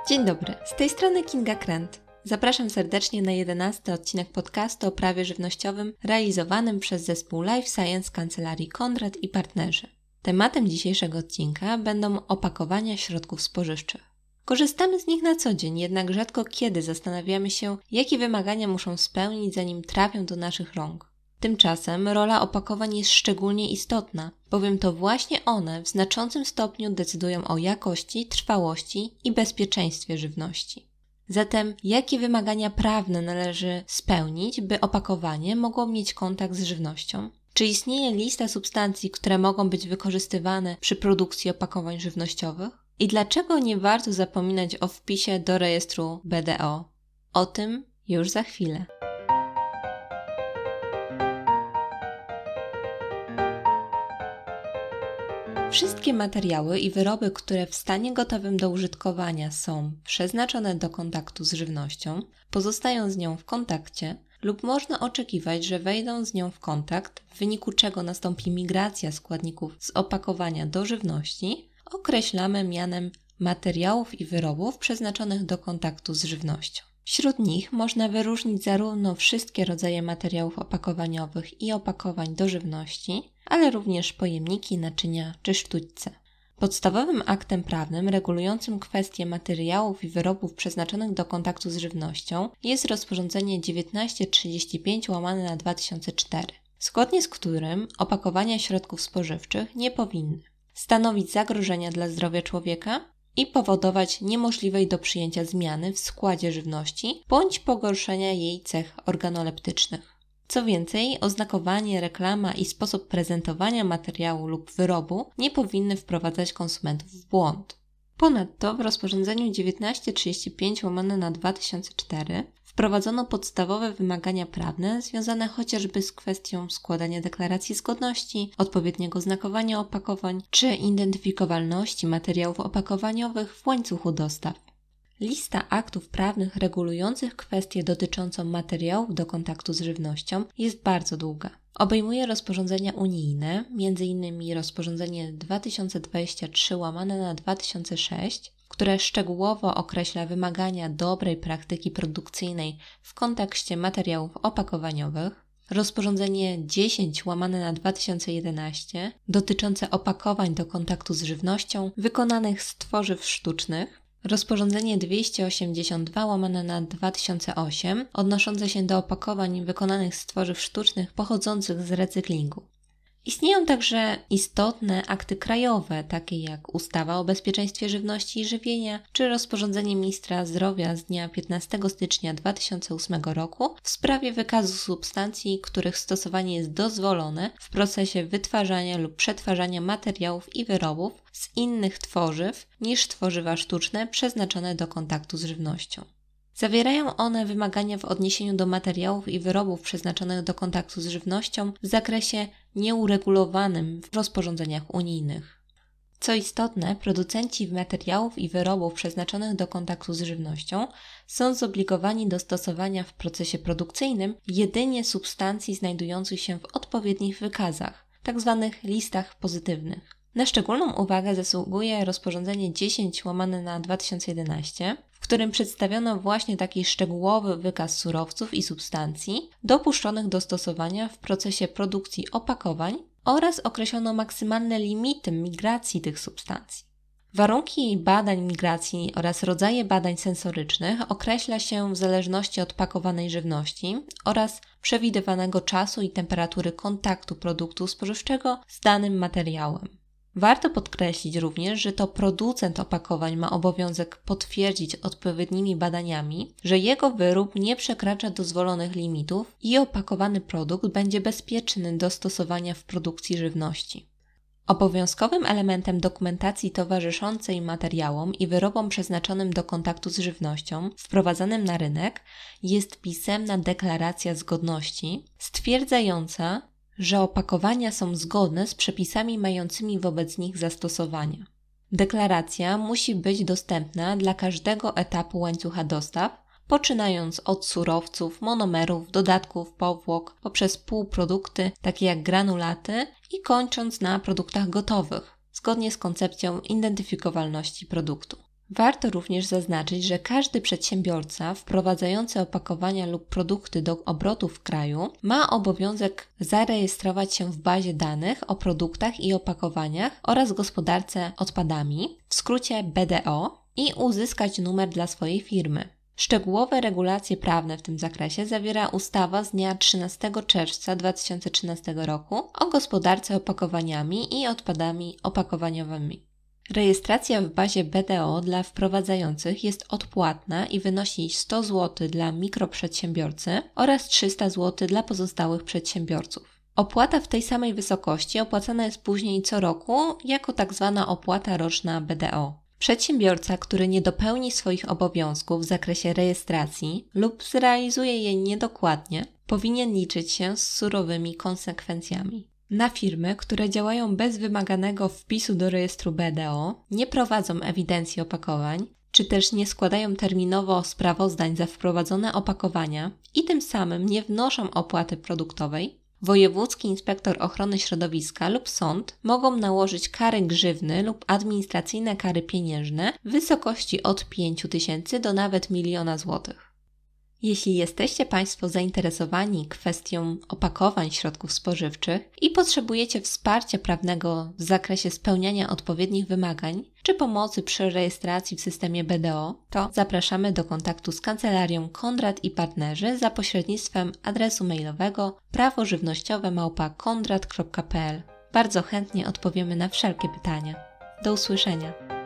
Dzień dobry, z tej strony Kinga Kręt. Zapraszam serdecznie na 11. odcinek podcastu o prawie żywnościowym realizowanym przez zespół Life Science Kancelarii Konrad i Partnerzy. Tematem dzisiejszego odcinka będą opakowania środków spożywczych. Korzystamy z nich na co dzień, jednak rzadko kiedy zastanawiamy się, jakie wymagania muszą spełnić, zanim trafią do naszych rąk. Tymczasem rola opakowań jest szczególnie istotna, bowiem to właśnie one w znaczącym stopniu decydują o jakości, trwałości i bezpieczeństwie żywności. Zatem jakie wymagania prawne należy spełnić, by opakowanie mogło mieć kontakt z żywnością? Czy istnieje lista substancji, które mogą być wykorzystywane przy produkcji opakowań żywnościowych? I dlaczego nie warto zapominać o wpisie do rejestru BDO? O tym już za chwilę. Wszystkie materiały i wyroby, które w stanie gotowym do użytkowania są przeznaczone do kontaktu z żywnością, pozostają z nią w kontakcie lub można oczekiwać, że wejdą z nią w kontakt, w wyniku czego nastąpi migracja składników z opakowania do żywności, określamy mianem materiałów i wyrobów przeznaczonych do kontaktu z żywnością. Wśród nich można wyróżnić zarówno wszystkie rodzaje materiałów opakowaniowych i opakowań do żywności, ale również pojemniki, naczynia czy sztućce. Podstawowym aktem prawnym regulującym kwestie materiałów i wyrobów przeznaczonych do kontaktu z żywnością jest rozporządzenie 1935/2004, zgodnie z którym opakowania środków spożywczych nie powinny stanowić zagrożenia dla zdrowia człowieka i powodować niemożliwej do przyjęcia zmiany w składzie żywności bądź pogorszenia jej cech organoleptycznych. Co więcej, oznakowanie, reklama i sposób prezentowania materiału lub wyrobu nie powinny wprowadzać konsumentów w błąd. Ponadto w rozporządzeniu 1935/2004 wprowadzono podstawowe wymagania prawne związane chociażby z kwestią składania deklaracji zgodności, odpowiedniego znakowania opakowań czy identyfikowalności materiałów opakowaniowych w łańcuchu dostaw. Lista aktów prawnych regulujących kwestie dotyczącą materiałów do kontaktu z żywnością jest bardzo długa. Obejmuje rozporządzenia unijne, m.in. rozporządzenie 2023/2006, które szczegółowo określa wymagania dobrej praktyki produkcyjnej w kontekście materiałów opakowaniowych, rozporządzenie 10/2011 dotyczące opakowań do kontaktu z żywnością wykonanych z tworzyw sztucznych, rozporządzenie 282/2008 odnoszące się do opakowań wykonanych z tworzyw sztucznych pochodzących z recyklingu. Istnieją także istotne akty krajowe, takie jak ustawa o bezpieczeństwie żywności i żywienia, czy rozporządzenie ministra zdrowia z dnia 15 stycznia 2008 roku w sprawie wykazu substancji, których stosowanie jest dozwolone w procesie wytwarzania lub przetwarzania materiałów i wyrobów z innych tworzyw niż tworzywa sztuczne przeznaczone do kontaktu z żywnością. Zawierają one wymagania w odniesieniu do materiałów i wyrobów przeznaczonych do kontaktu z żywnością w zakresie nieuregulowanym w rozporządzeniach unijnych. Co istotne, producenci materiałów i wyrobów przeznaczonych do kontaktu z żywnością są zobligowani do stosowania w procesie produkcyjnym jedynie substancji znajdujących się w odpowiednich wykazach, tzw. listach pozytywnych. Na szczególną uwagę zasługuje rozporządzenie 10/2011, w którym przedstawiono właśnie taki szczegółowy wykaz surowców i substancji dopuszczonych do stosowania w procesie produkcji opakowań oraz określono maksymalne limity migracji tych substancji. Warunki badań migracji oraz rodzaje badań sensorycznych określa się w zależności od pakowanej żywności oraz przewidywanego czasu i temperatury kontaktu produktu spożywczego z danym materiałem. Warto podkreślić również, że to producent opakowań ma obowiązek potwierdzić odpowiednimi badaniami, że jego wyrób nie przekracza dozwolonych limitów i opakowany produkt będzie bezpieczny do stosowania w produkcji żywności. Obowiązkowym elementem dokumentacji towarzyszącej materiałom i wyrobom przeznaczonym do kontaktu z żywnością wprowadzanym na rynek jest pisemna deklaracja zgodności stwierdzająca, że opakowania są zgodne z przepisami mającymi wobec nich zastosowania. Deklaracja musi być dostępna dla każdego etapu łańcucha dostaw, poczynając od surowców, monomerów, dodatków, powłok, poprzez półprodukty takie jak granulaty i kończąc na produktach gotowych, zgodnie z koncepcją identyfikowalności produktu. Warto również zaznaczyć, że każdy przedsiębiorca wprowadzający opakowania lub produkty do obrotu w kraju ma obowiązek zarejestrować się w bazie danych o produktach i opakowaniach oraz gospodarce odpadami, w skrócie BDO, i uzyskać numer dla swojej firmy. Szczegółowe regulacje prawne w tym zakresie zawiera ustawa z dnia 13 czerwca 2013 roku o gospodarce opakowaniami i odpadami opakowaniowymi. Rejestracja w bazie BDO dla wprowadzających jest odpłatna i wynosi 100 zł dla mikroprzedsiębiorcy oraz 300 zł dla pozostałych przedsiębiorców. Opłata w tej samej wysokości opłacana jest później co roku jako tzw. opłata roczna BDO. Przedsiębiorca, który nie dopełni swoich obowiązków w zakresie rejestracji lub zrealizuje je niedokładnie, powinien liczyć się z surowymi konsekwencjami. Na firmy, które działają bez wymaganego wpisu do rejestru BDO, nie prowadzą ewidencji opakowań, czy też nie składają terminowo sprawozdań za wprowadzone opakowania i tym samym nie wnoszą opłaty produktowej, wojewódzki inspektor ochrony środowiska lub sąd mogą nałożyć kary grzywny lub administracyjne kary pieniężne w wysokości od 5 000 do nawet 1 000 000 złotych. Jeśli jesteście Państwo zainteresowani kwestią opakowań środków spożywczych i potrzebujecie wsparcia prawnego w zakresie spełniania odpowiednich wymagań czy pomocy przy rejestracji w systemie BDO, to zapraszamy do kontaktu z Kancelarią Konrad i Partnerzy za pośrednictwem adresu mailowego prawożywnościowe@konrad.pl. Bardzo chętnie odpowiemy na wszelkie pytania. Do usłyszenia.